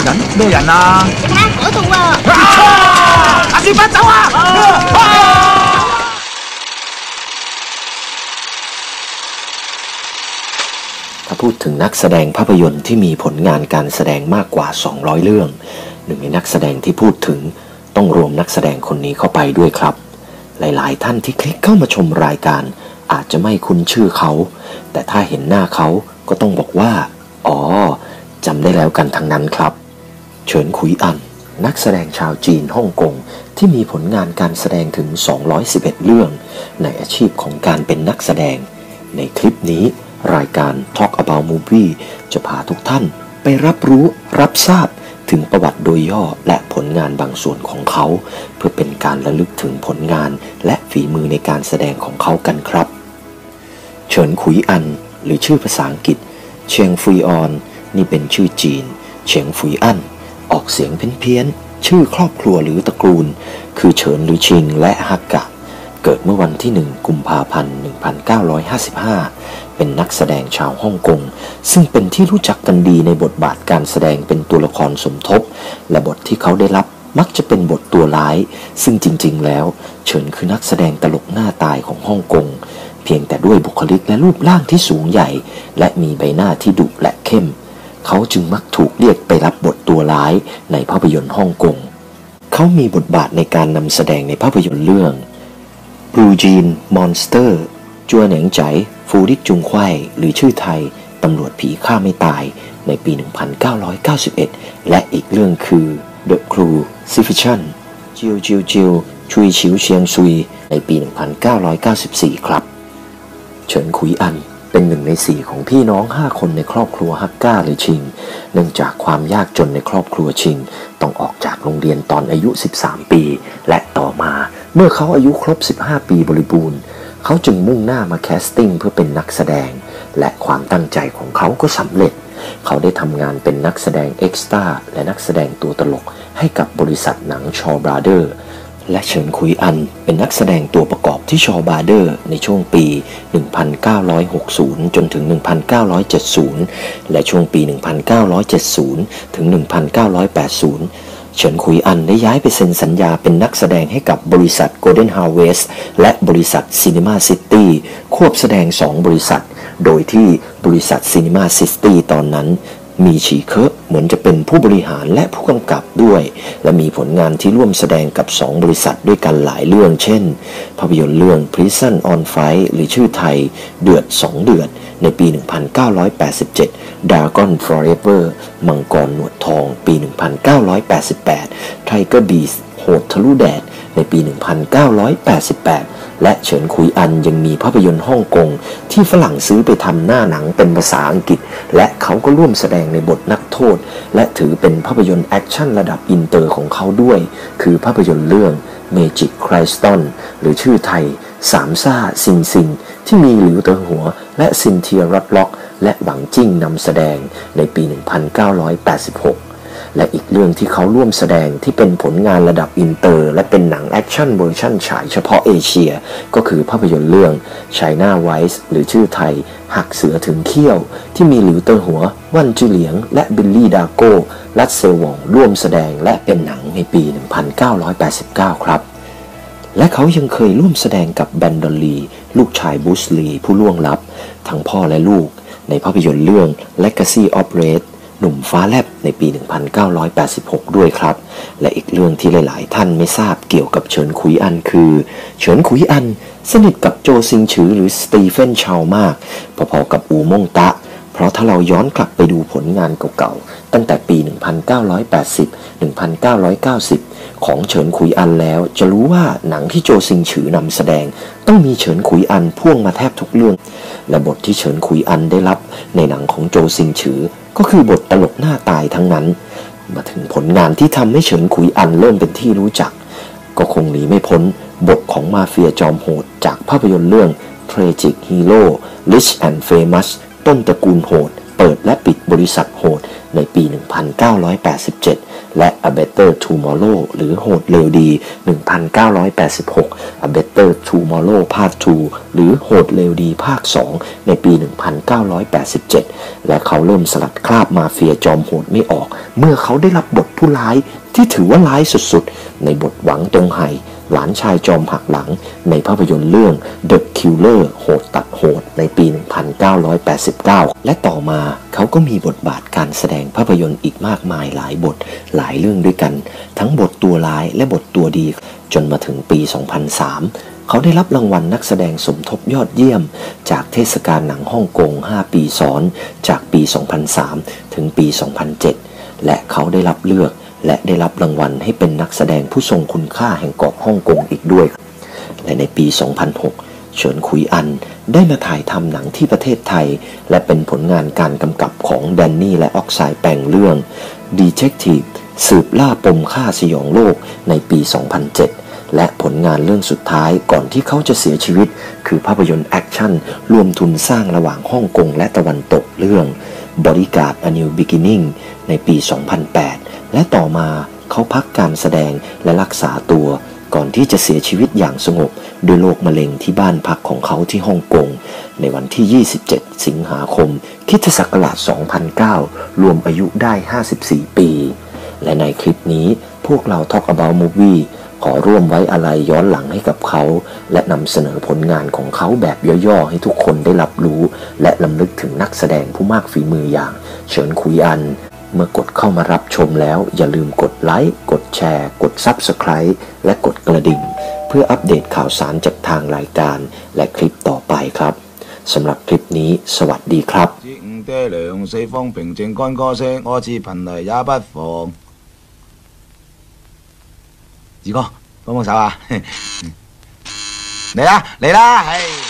咩人啊？ 你睇下嗰度啊！ 阿小芬走啊！ ถ้าพูดถึงนักแสดงภาพยนตร์ที่มีผลงานการแสดงมากกว่า200เรื่องหนึ่งในนักแสดงที่พูดถึงต้องรวมนักแสดงคนนี้เข้าไปด้วยครับหลายๆท่านที่คลิกเข้ามาชมรายการอาจจะไม่คุ้นชื่อเขาแต่ถ้าเห็นหน้าเขาก็ต้องบอกว่าอ๋อจำได้แล้วกันทั้งนั้นครับเฉินขุยอันนักแสดงชาวจีนฮ่องกงที่มีผลงานการแสดงถึง211เรื่องในอาชีพของการเป็นนักแสดงในคลิปนี้รายการ Talk About Movie จะพาทุกท่านไปรับรู้รับทราบถึงประวัติโดยย่อและผลงานบางส่วนของเขาเพื่อเป็นการระลึกถึงผลงานและฝีมือในการแสดงของเขากันครับเฉินขุยอันหรือชื่อภาษาอังกฤษเชียงฟุยออนนี่เป็นชื่อจีนเฉียงฟุยอันออกเสียงเพี้ยนๆชื่อครอบครัวหรือตระกูลคือเฉินหรือชิงและฮักกะเกิดเมื่อวันที่1 กุมภาพันธ์ 1955เป็นนักแสดงชาวฮ่องกงซึ่งเป็นที่รู้จักกันดีในบทบาทการแสดงเป็นตัวละครสมทบและบทที่เขาได้รับมักจะเป็นบทตัวร้ายซึ่งจริงๆแล้วเฉินคือนักแสดงตลกหน้าตายของฮ่องกงเพียงแต่ด้วยบุคลิกและรูปร่างที่สูงใหญ่และมีใบหน้าที่ดุและเข้มเขาจึงมักถูกเรียกไปรับบทตัวร้ายในภาพยนตร์ฮ่องกงเขามีบทบาทในการนำแสดงในภาพยนตร์เรื่องบลูจีนมอนสเตอร์จัวเหนียงใจฟูริกจุงไขว้หรือชื่อไทยตำรวจผีฆ่าไม่ตายในปี 1991 และอีกเรื่องคือ The Crew Civilian จิวจิวจิวชุยฉิวเชียงซุยในปี 1994 ครับเฉินขุยอันเป็นหนึ่งใน4ของพี่น้อง5คนในครอบครัวฮักก้าหรือชิงเนื่องจากความยากจนในครอบครัวชิงต้องออกจากโรงเรียนตอนอายุ13ปีและต่อมาเมื่อเขาอายุครบ15ปีบริบูรณ์เขาจึงมุ่งหน้ามาแคสติ้งเพื่อเป็นนักแสดงและความตั้งใจของเขาก็สำเร็จเขาได้ทำงานเป็นนักแสดงเอ็กซ์ตร้าและนักแสดงตัวตลกให้กับบริษัทหนังชอบราเดอร์และเฉินขุยอันเป็นนักแสดงตัวประกอบที่ชอบราเดอร์ในช่วงปี 1960 จนถึง 1970 และช่วงปี 1970 ถึง 1980 เฉินขุยอันได้ย้ายไปเซ็นสัญญาเป็นนักแสดงให้กับบริษัท Golden Harvest และบริษัท Cinema City ควบแสดง2บริษัทโดยที่บริษัท Cinema City ตอนนั้นมีฉีเคอะเหมือนจะเป็นผู้บริหารและผู้กำกับด้วยและมีผลงานที่ร่วมแสดงกับ2บริษัทด้วยกันหลายเรื่องเช่นภาพยนตร์เรื่อง Prison on Fire หรือชื่อไทยเดือด2เดือดในปี 1987 Dragon Forever มังกรหนวดทองปี 1988 Tiger Beast โหดทะลุแดดในปี 1988 และเฉินขุยอันยังมีภาพยนตร์ฮ่องกงที่ฝรั่งซื้อไปทำหน้าหนังเป็นภาษาอังกฤษและเขาก็ร่วมแสดงในบทนักโทษและถือเป็นภาพยนตร์แอคชั่นระดับอินเตอร์ของเขาด้วยคือภาพยนตร์เรื่อง Magic Crystal หรือชื่อไทยสามซ่าซิงซิงที่มีหลิวเติงหัวและซินเทียรัตล็อกและหวังจิ้งนำแสดงในปี 1986และอีกเรื่องที่เขาร่วมแสดงที่เป็นผลงานระดับอินเตอร์และเป็นหนังแอคชั่นเวอร์ชั่นฉายเฉพาะเอเชียก็คือภาพยนตร์เรื่อง China Vice หรือชื่อไทยหักเสือถึงเขี้ยวที่มีหลิวเติงหัววันจือเหลียงและบิลลี่ดาโก้รัสเซลวองร่วมแสดงและเป็นหนังในปี 1989 ครับและเขายังเคยร่วมแสดงกับแบนดอลลีลูกชายบูสลีผู้ล่วงลับทั้งพ่อและลูกในภาพยนตร์เรื่อง Legacy of Redหนุ่มฟ้าแลบในปี 1986 ด้วยครับและอีกเรื่องที่หลายๆท่านไม่ทราบเกี่ยวกับเฉินขุยอันคือเฉินขุยอันสนิทกับโจซิงฉือหรือสตีเฟนชาวมากพอๆกับอูม่งตะเพราะถ้าเราย้อนกลับไปดูผลงานเก่าๆตั้งแต่ปี 1980 1990 ของเฉินขุยอันแล้วจะรู้ว่าหนังที่โจซิงฉือนำแสดงต้องมีเฉินขุยอันพ่วงมาแทบทุกเรื่องและบทที่เฉินขุยอันได้รับในหนังของโจซิงฉือก็คือบทตลกหน้าตายทั้งนั้นมาถึงผลงานที่ทำให้เฉินขุยอันเริ่มเป็นที่รู้จักก็คงหนีไม่พ้นบทของมาเฟียจอมโหดจากภาพยนตร์เรื่อง Tragic Hero Rich and Famous ต้นตระกูลโหดเปิดและปิดบริษัทโหดในปี 1987 และ A Better Tomorrow หรือโหดเร็วดี 1986 A Better Tomorrow ภาค 2 หรือโหดเร็วดีภาค 2 ในปี 1987 และเขาเริ่มสลัดคราบมาเฟียจอมโหดไม่ออกเมื่อเขาได้รับบทผู้ร้ายที่ถือว่าร้ายสุดๆในบทหวังตงไห่หลานชายจอมหักหลังในภาพยนตร์เรื่อง The Killer โหดตัดโหดในปี 1989 และต่อมาเขาก็มีบทบาทการแสดงภาพยนตร์อีกมากมายหลายบทหลายเรื่องด้วยกันทั้งบทตัวร้ายและบทตัวดีจนมาถึงปี 2003 เขาได้รับรางวัลนักแสดงสมทบยอดเยี่ยมจากเทศกาลหนังฮ่องกง 5 ปีซ้อนจากปี 2003 ถึงปี 2007 และเขาได้รับเลือกและได้รับรางวัลให้เป็นนักแสดงผู้ทรงคุณค่าแห่งเกาะฮ่องกงอีกด้วยและในปี 2006 เฉินคุยอันได้มาถ่ายทำหนังที่ประเทศไทยและเป็นผลงานการกำกับของแดนนี่และออกไซด์แปลงเรื่อง Detective สืบล่าปมฆ่าสยองโลกในปี 2007 และผลงานเรื่องสุดท้ายก่อนที่เขาจะเสียชีวิตคือภาพยนตร์แอคชั่นรวมทุนสร้างระหว่างฮ่องกงและตะวันตกเรื่อง Bodyguard A New Beginning ในปี 2008 และต่อมาเขาพักการแสดงและรักษาตัวก่อนที่จะเสียชีวิตอย่างสงบด้วยโรคมะเร็งที่บ้านพักของเขาที่ฮ่องกงในวันที่ 27 สิงหาคมค.ศ. 2009 รวมอายุได้ 54 ปี และในคลิปนี้พวกเรา Talk About Movie ขอร่วมไว้อาลัยย้อนหลังให้กับเขาและนำเสนอผลงานของเขาแบบย่อๆให้ทุกคนได้รับรู้และรำลึกถึงนักแสดงผู้มากฝีมืออย่างเฉินคุยอันเมื่อกดเข้ามารับชมแล้วอย่าลืมกดไลค์กดแชร์กด Subscribe และกดกระดิ่งเพื่ออัปเดตข่าวสารจากทางรายการและคลิปต่อไปครับสำหรับคลิปนี้สวัสดีครับ爹娘四方平靜乾歌聲，我自貧嚟也不妨。二哥，幫幫手啊！嚟啦嚟啦，唉！